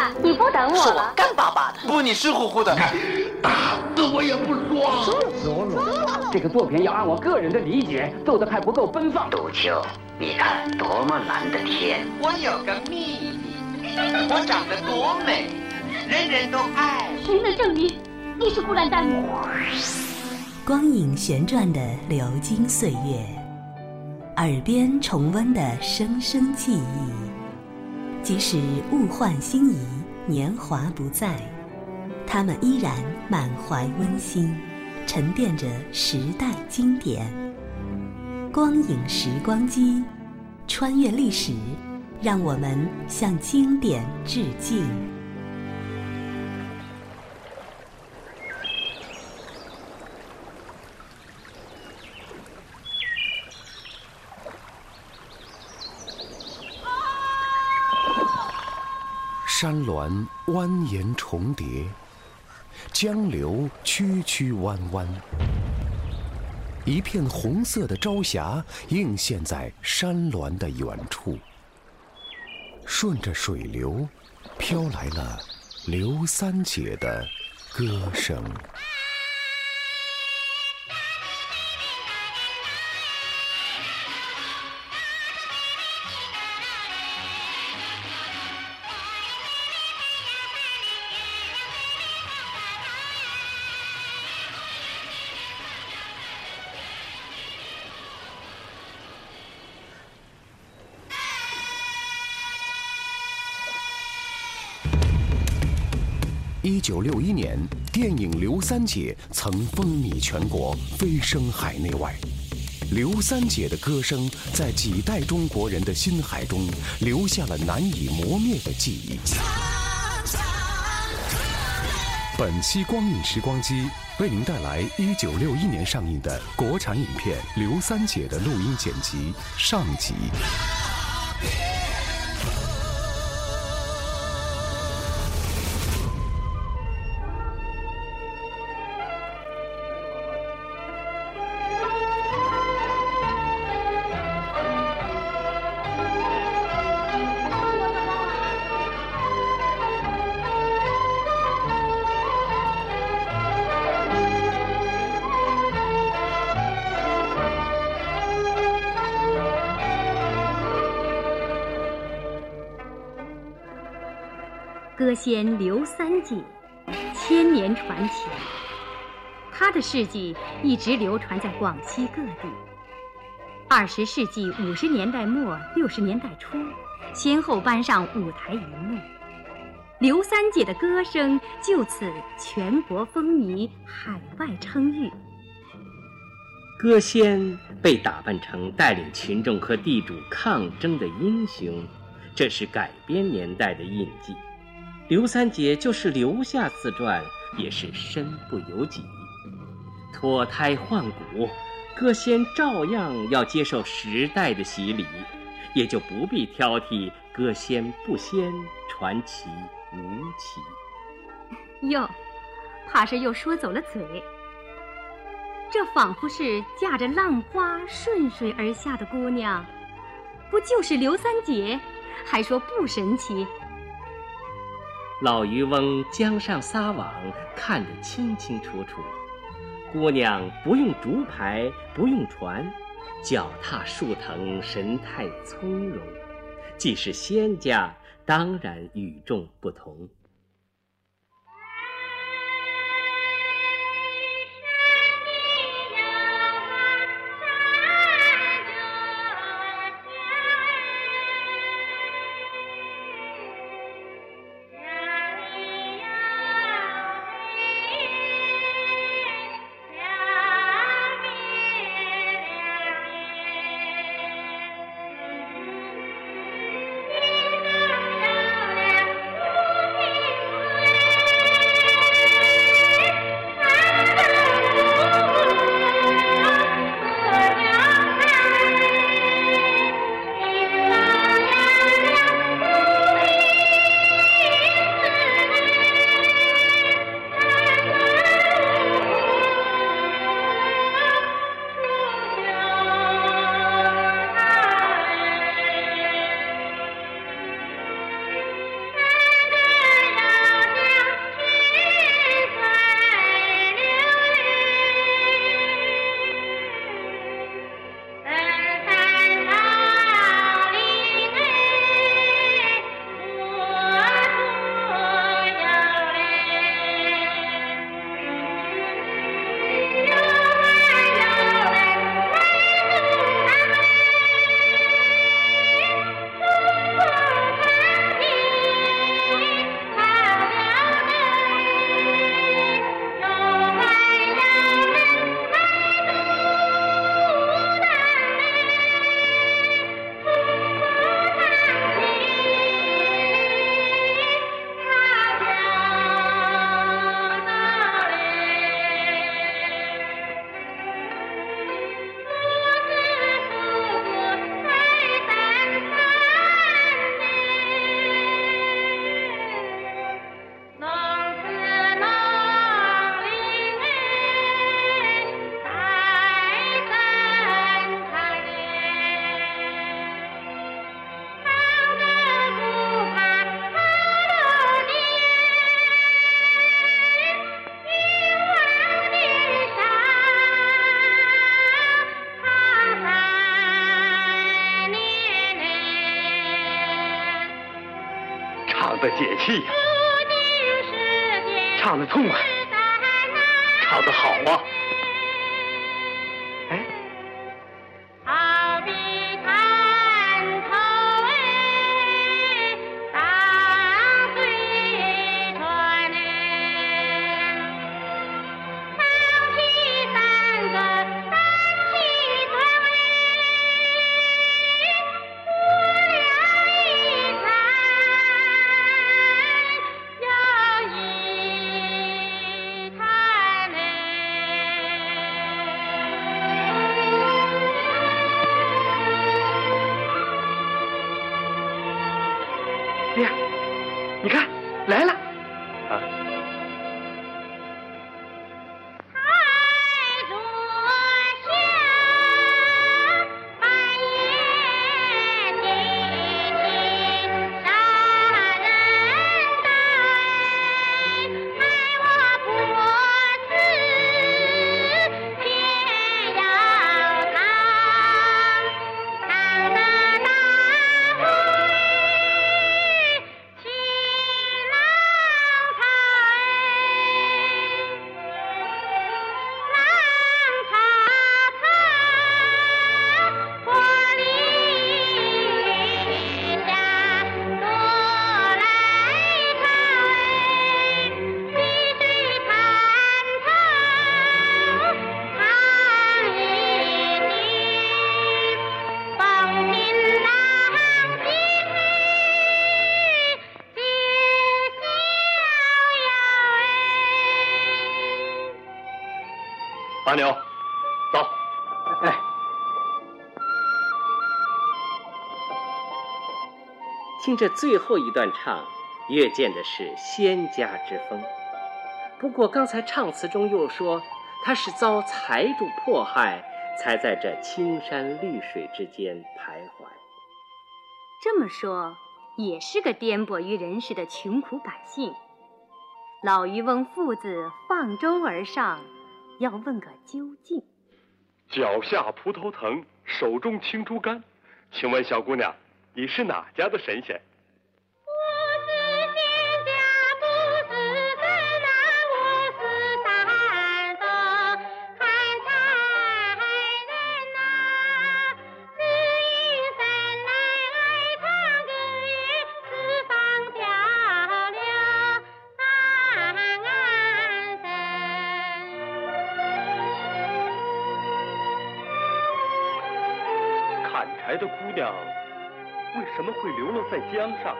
爸，你不等我是我了？ 干巴巴的。 不，你湿乎乎的。 打死我也不说。 这个作品要按我个人的理解奏得还不够奔放。 杜秋，你看多么蓝的天！ 我有个秘密，我长得多美，人人都爱。 谁能证明你是孤兰丹？ 光影旋转的流金岁月，耳边重温的声声记忆，即使物换星移，年华不在，他们依然满怀温馨，沉淀着时代经典。光影时光机，穿越历史，让我们向经典致敬。 山峦蜿蜒重叠，江流曲曲弯弯。一片红色的朝霞映现在山峦的远处，顺着水流，飘来了刘三姐的歌声。1961年，电影《刘三姐》曾风靡全国，飞升海内外。刘三姐的歌声在几代中国人的心海中留下了难以磨灭的记忆。本期光影时光机为您带来1961年上映的国产影片《刘三姐》的录音剪辑上集。 歌仙刘三姐，千年传奇。她的事迹一直流传在广西各地。20世纪50年代末、60年代初，先后搬上舞台荧幕。刘三姐的歌声就此全国风靡，海外称誉。 歌仙被打扮成带领群众和地主抗争的英雄，这是改编年代的印记。刘三姐就是留下自传，也是身不由己。脱胎换骨，歌仙照样要接受时代的洗礼，也就不必挑剔歌仙不仙，传奇无奇。 哟，怕是又说走了嘴。这仿佛是驾着浪花顺水而下的姑娘，不就是刘三姐？还说不神奇？ 老渔翁江上撒网，看得清清楚楚。姑娘不用竹排，不用船，脚踏树藤，神态从容。既是仙家，当然与众不同。 唱得解气呀，唱得痛快，唱得好啊！哎， 好比滩头荡水船唱起山歌三起船过了一滩又一滩爹，你看来了啊！ 才坐下，把眼睛杀人胆，害我婆子偏要唱，唱得大会起浪潮浪潮潮，玻璃下多来潮碧水滩头唱一句，风平浪静皆逍遥阿牛，走。哎， 听着最后一段唱，越见的是仙家之风。不过刚才唱词中又说他是遭财主迫害，才在这青山绿水之间徘徊。 这么说，也是个颠簸于人世的穷苦百姓。老渔翁父子放舟而上，要问个究竟。 脚下葡萄藤，手中青竹竿。请问小姑娘，你是哪家的神仙？ 不是仙家，不是神啊，我是山东看才人呐。只因生来爱唱歌也四方掉了安身。 砍柴的姑娘为什么会流落在江上？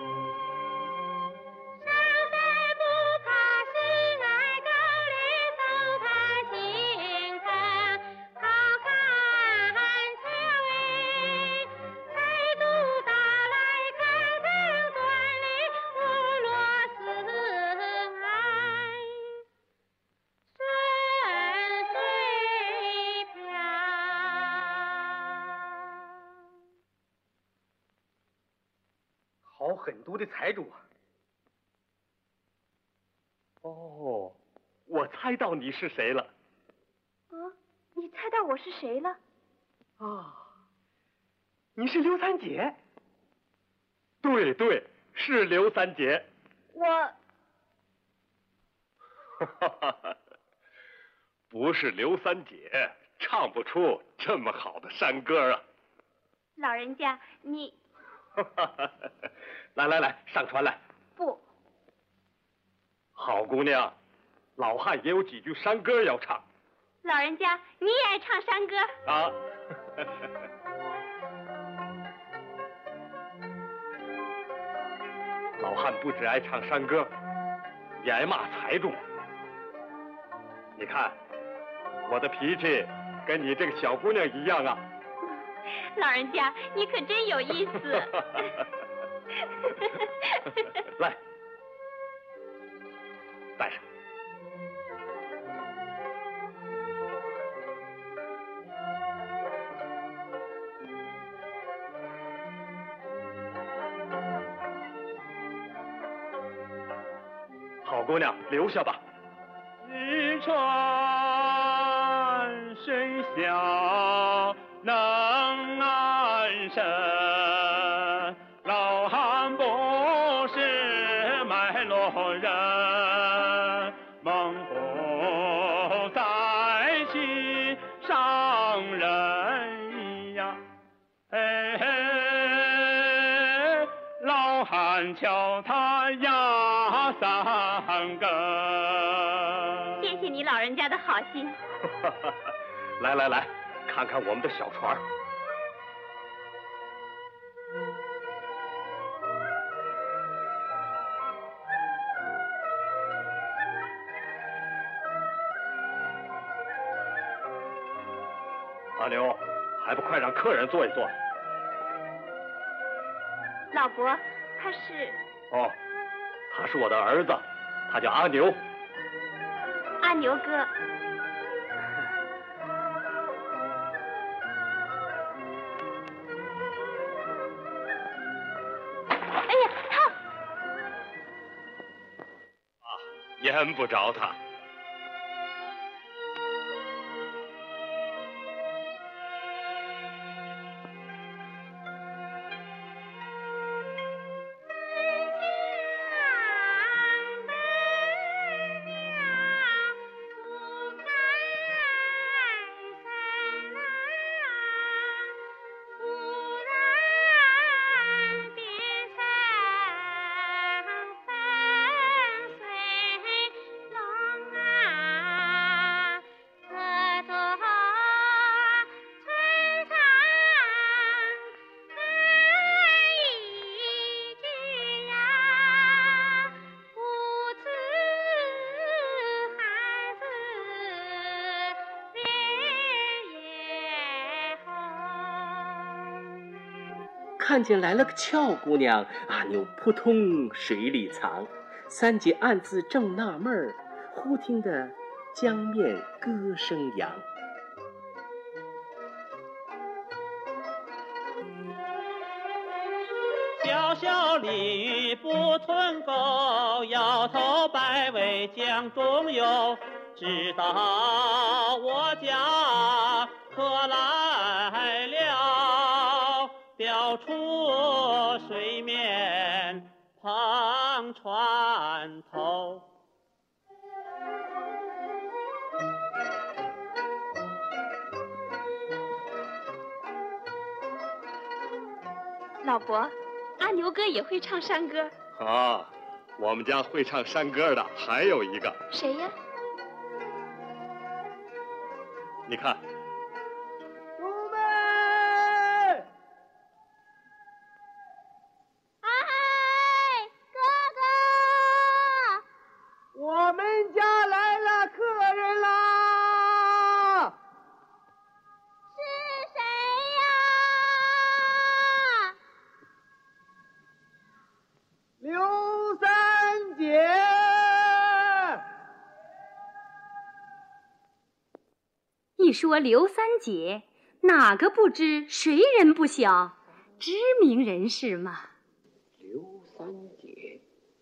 上山不怕石来高垒，手攀青藤好看秋哎。财主到来看看端里，无落四海顺水漂。 好狠毒的财主啊！哦，我猜到你是谁了。 啊，你猜到我是谁了？ 啊，你是刘三姐。对对，是刘三姐。 我不是刘三姐，唱不出这么好的山歌啊。 老人家，你来来来，上船来。 不， 好姑娘，老汉也有几句山歌要唱。 老人家，你也爱唱山歌啊？老汉不只爱唱山歌，也爱骂财主。你看，我的脾气跟你这个小姑娘一样啊。 老人家，你可真有意思。 来，带上。好姑娘，留下吧。一船谁小能安身？老汉不是人，梦不再起上人呀。嘿嘿，老汉敲他压三更。 谢谢你老人家的好心。 来来来，看看我们的小船。阿牛，还不快让客人坐一坐？ 老伯，他是…… 哦，他是我的儿子，他叫阿牛。 阿牛哥。哎呀，烫！ 淹不着他。 看见来了个俏姑娘，阿牛扑通水里藏。三姐暗自正纳闷儿，忽听得江面歌声扬。 小小鲤鱼不吞钩，摇头摆尾江中游。直到我家可来了，标出水面碰船头。 老伯，阿牛哥也会唱山歌。 啊，我们家会唱山歌的还有一个。 谁呀？ 你看。 姑妹， 哎，哥哥， 我们家来了客人啦！ 是谁呀？ 刘三姐。 一说刘三姐，哪个不知，谁人不晓？知名人士嘛。 刘三姐，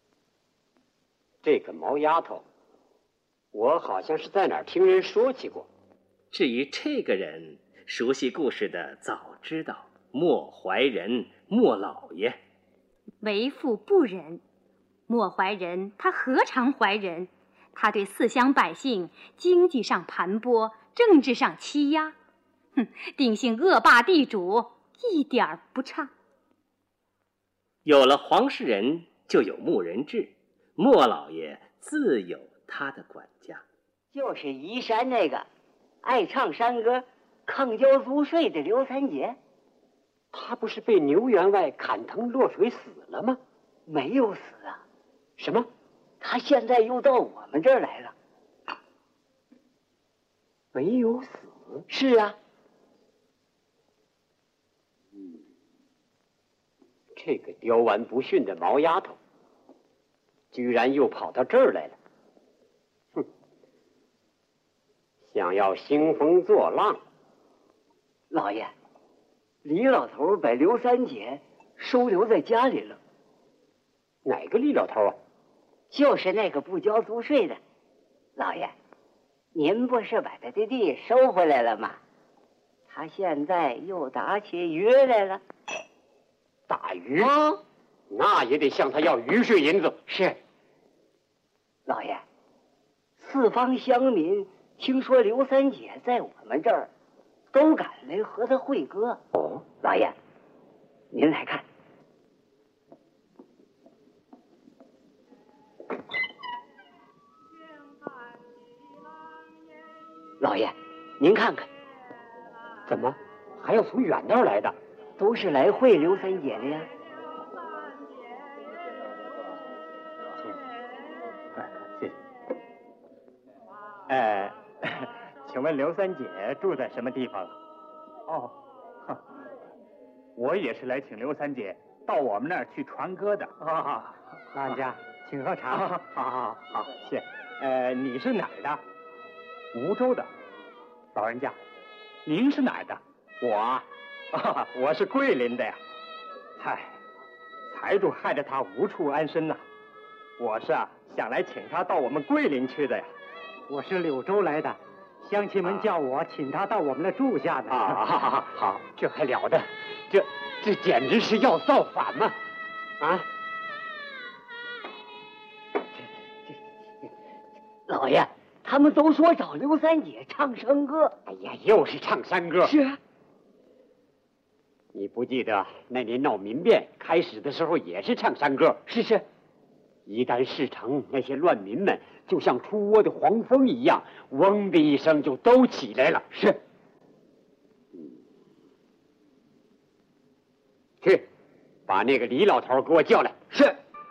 这个毛丫头，我好像是在哪儿听人说起过。 至于这个人，熟悉故事的早知道，莫怀仁，莫老爷。 为父不仁，莫怀仁，他何尝怀仁？他对四乡百姓经济上盘剥，政治上欺压，定性恶霸地主，一点儿不差。 有了黄世仁，就有穆仁智，莫老爷自有他的管家。 就是宜山那个爱唱山歌、抗交租税的刘三姐。 他不是被牛员外砍藤落水死了吗？ 没有死啊。 什么？ 他现在又到我们这儿来了。 没有死？ 是啊。 这个刁顽不驯的毛丫头，居然又跑到这儿来了。哼，想要兴风作浪。 老爷，李老头把刘三姐收留在家里了。 哪个李老头啊？ 就是那个不交租税的。老爷，您不是把他的地收回来了吗？他现在又打起鱼来了。 打鱼？那也得向他要鱼税银子。 是， 老爷，四方乡民听说刘三姐在我们这儿，都赶来和她会歌。 哦， 老爷，您来看。老爷，您看看， 怎么还要从远道来的？ 都是来会刘三姐的呀。 谢谢。请问刘三姐住在什么地方？哦，我也是来请刘三姐到我们那儿去传歌的。 啊，老人家，请喝茶。 好，谢。你是哪儿的？梧州的。老人家，您是哪儿的？我是桂林的呀。嗨，财主害得他无处安身呐。我是想来请他到我们桂林去的呀。 我是柳州来的，乡亲们叫我请他到我们那住下呢。 好， 这还了得？这简直是要造反嘛！啊！ 老爷，他们都说找刘三姐唱山歌。 哎呀，又是唱山歌。 是啊。 你不记得那年闹民变开始的时候也是唱山歌？ 是。 一旦事成，那些乱民们就像出窝的黄蜂一样，嗡的一声就都起来了。 是。 去，把那个李老头给我叫来。 是。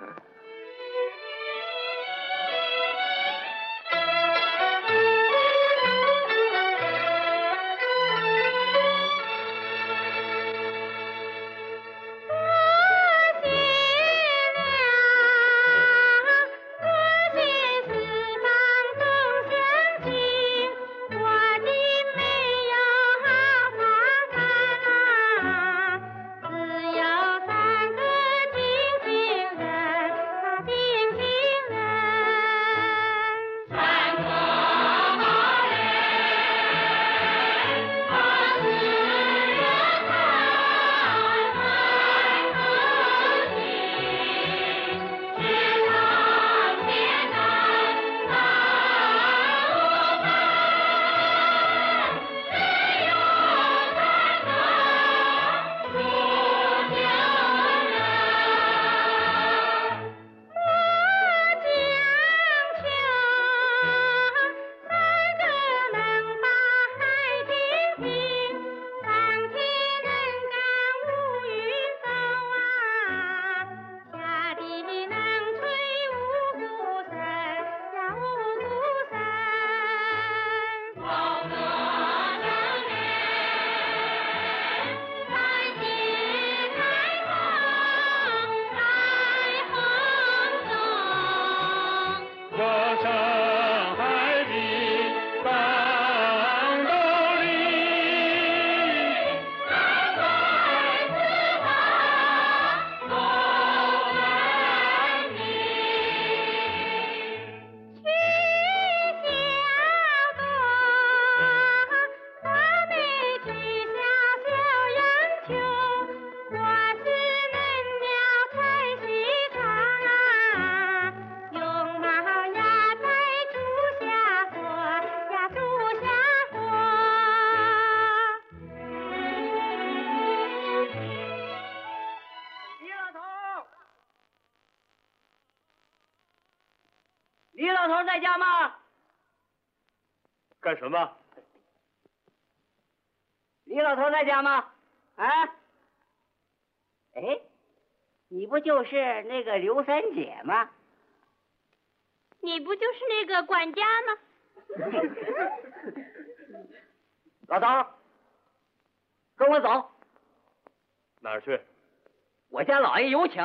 李老头在家吗？ 干什么？ 李老头在家吗？啊？哎，你不就是那个刘三姐吗？ 你不就是那个管家吗？ 老头，跟我走。 哪儿去？ 我家老爷有请。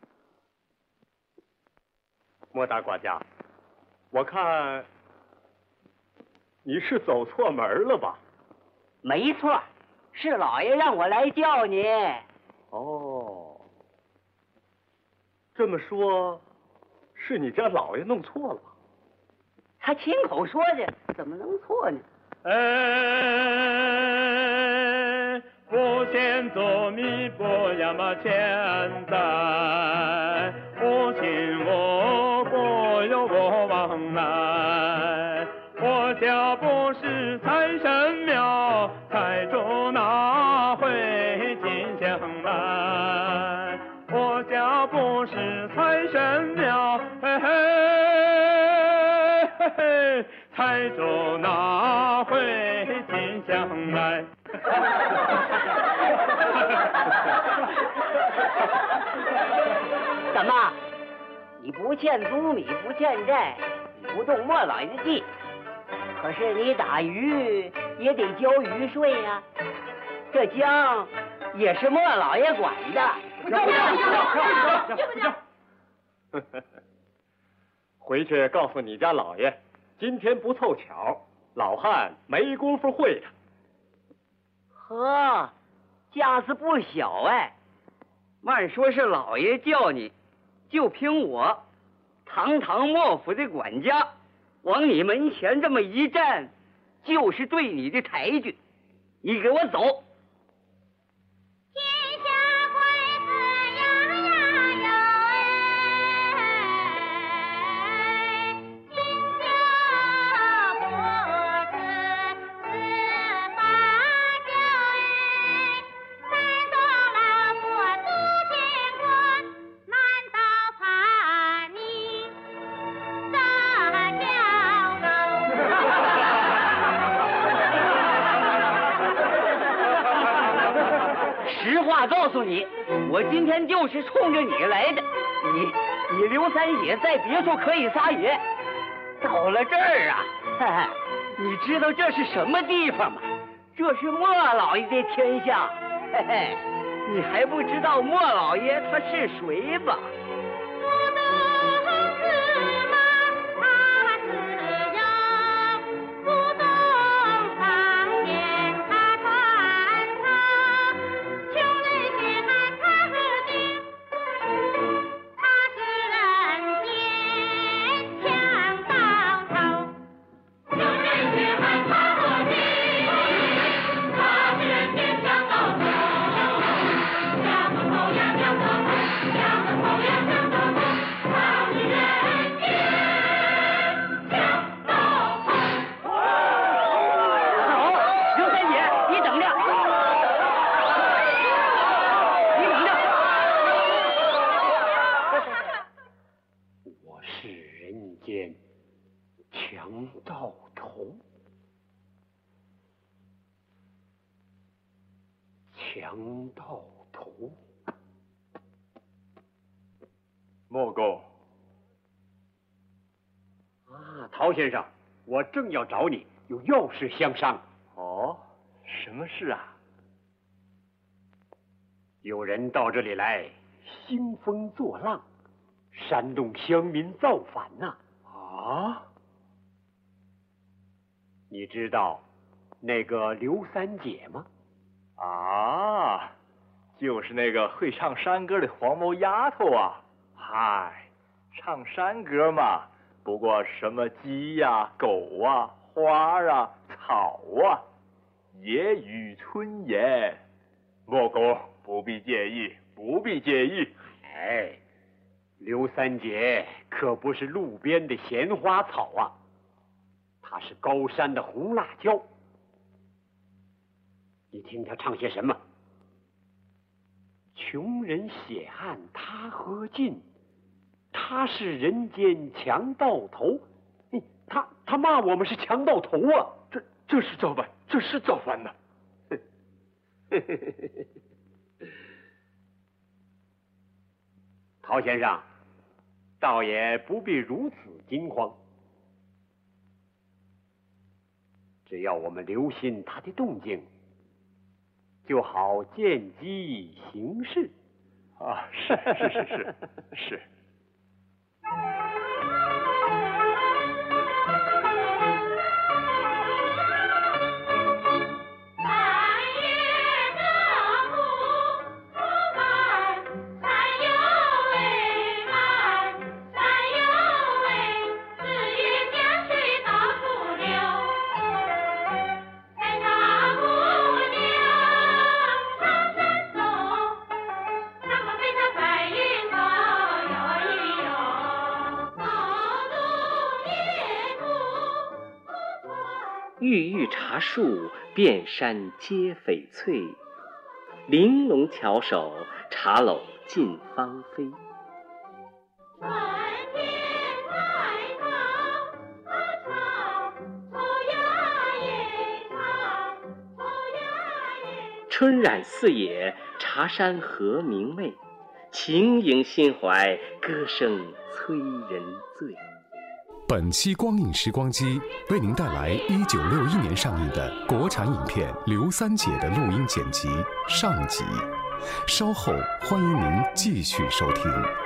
莫大管家，我看你是走错门了吧？ 没错，是老爷让我来叫你。 哦，这么说，是你家老爷弄错了吧？ 他亲口说的，怎么能错呢？ 哎，无限作弥不要么千载，无心无不有我往家不是财神庙，嘿嘿嘿嘿，财主哪会进香来？ 怎么？你不欠租米，不欠债，你不动莫老爷的地，可是你打鱼也得交鱼税呀、这江也是莫老爷管的。 回去告诉你家老爷，今天不凑巧，老汉没工夫会他。 呵，架子不小哎！慢说是老爷叫你，就凭我堂堂莫府的管家，往你门前这么一站，就是对你的抬举。你给我走！ 天下贵子样样有哎，金家不是十八九哎，三座老佛都见过，难道怕你撒娇喽？ 实话告诉你，我今天就是冲着你来的。你刘三姐在别处可以撒野，到了这儿啊，哈哈，你知道这是什么地方吗？这是莫老爷的天下，嘿嘿，你还不知道莫老爷他是谁吧？ 强盗头，强盗头。 莫公啊，陶先生，我正要找你，有要事相商。 哦，什么事啊？ 有人到这里来兴风作浪，煽动乡民造反呐！ 啊？ 你知道那个刘三姐吗？ 啊，就是那个会唱山歌的黄毛丫头啊！嗨，唱山歌嘛，不过什么鸡呀、狗啊、花啊、草啊，野语春言。莫公不必介意，不必介意。 哎，刘三姐可不是路边的闲花草啊，她是高山的红辣椒。你听她唱些什么？穷人血汗他喝尽，他是人间强盗头。他骂我们是强盗头啊！ 这是造反，这是造反呐！ 陶先生，倒也不必如此惊慌，只要我们留心他的动静，就好见机行事。 啊，是。 郁郁茶树，遍山皆翡翠，玲珑巧手，茶篓尽芳菲。春染四野，茶山和明媚，情盈心怀，歌声催人醉。 本期光影时光机为您带来1961年上映的国产影片《刘三姐》的录音剪辑上集，稍后欢迎您继续收听。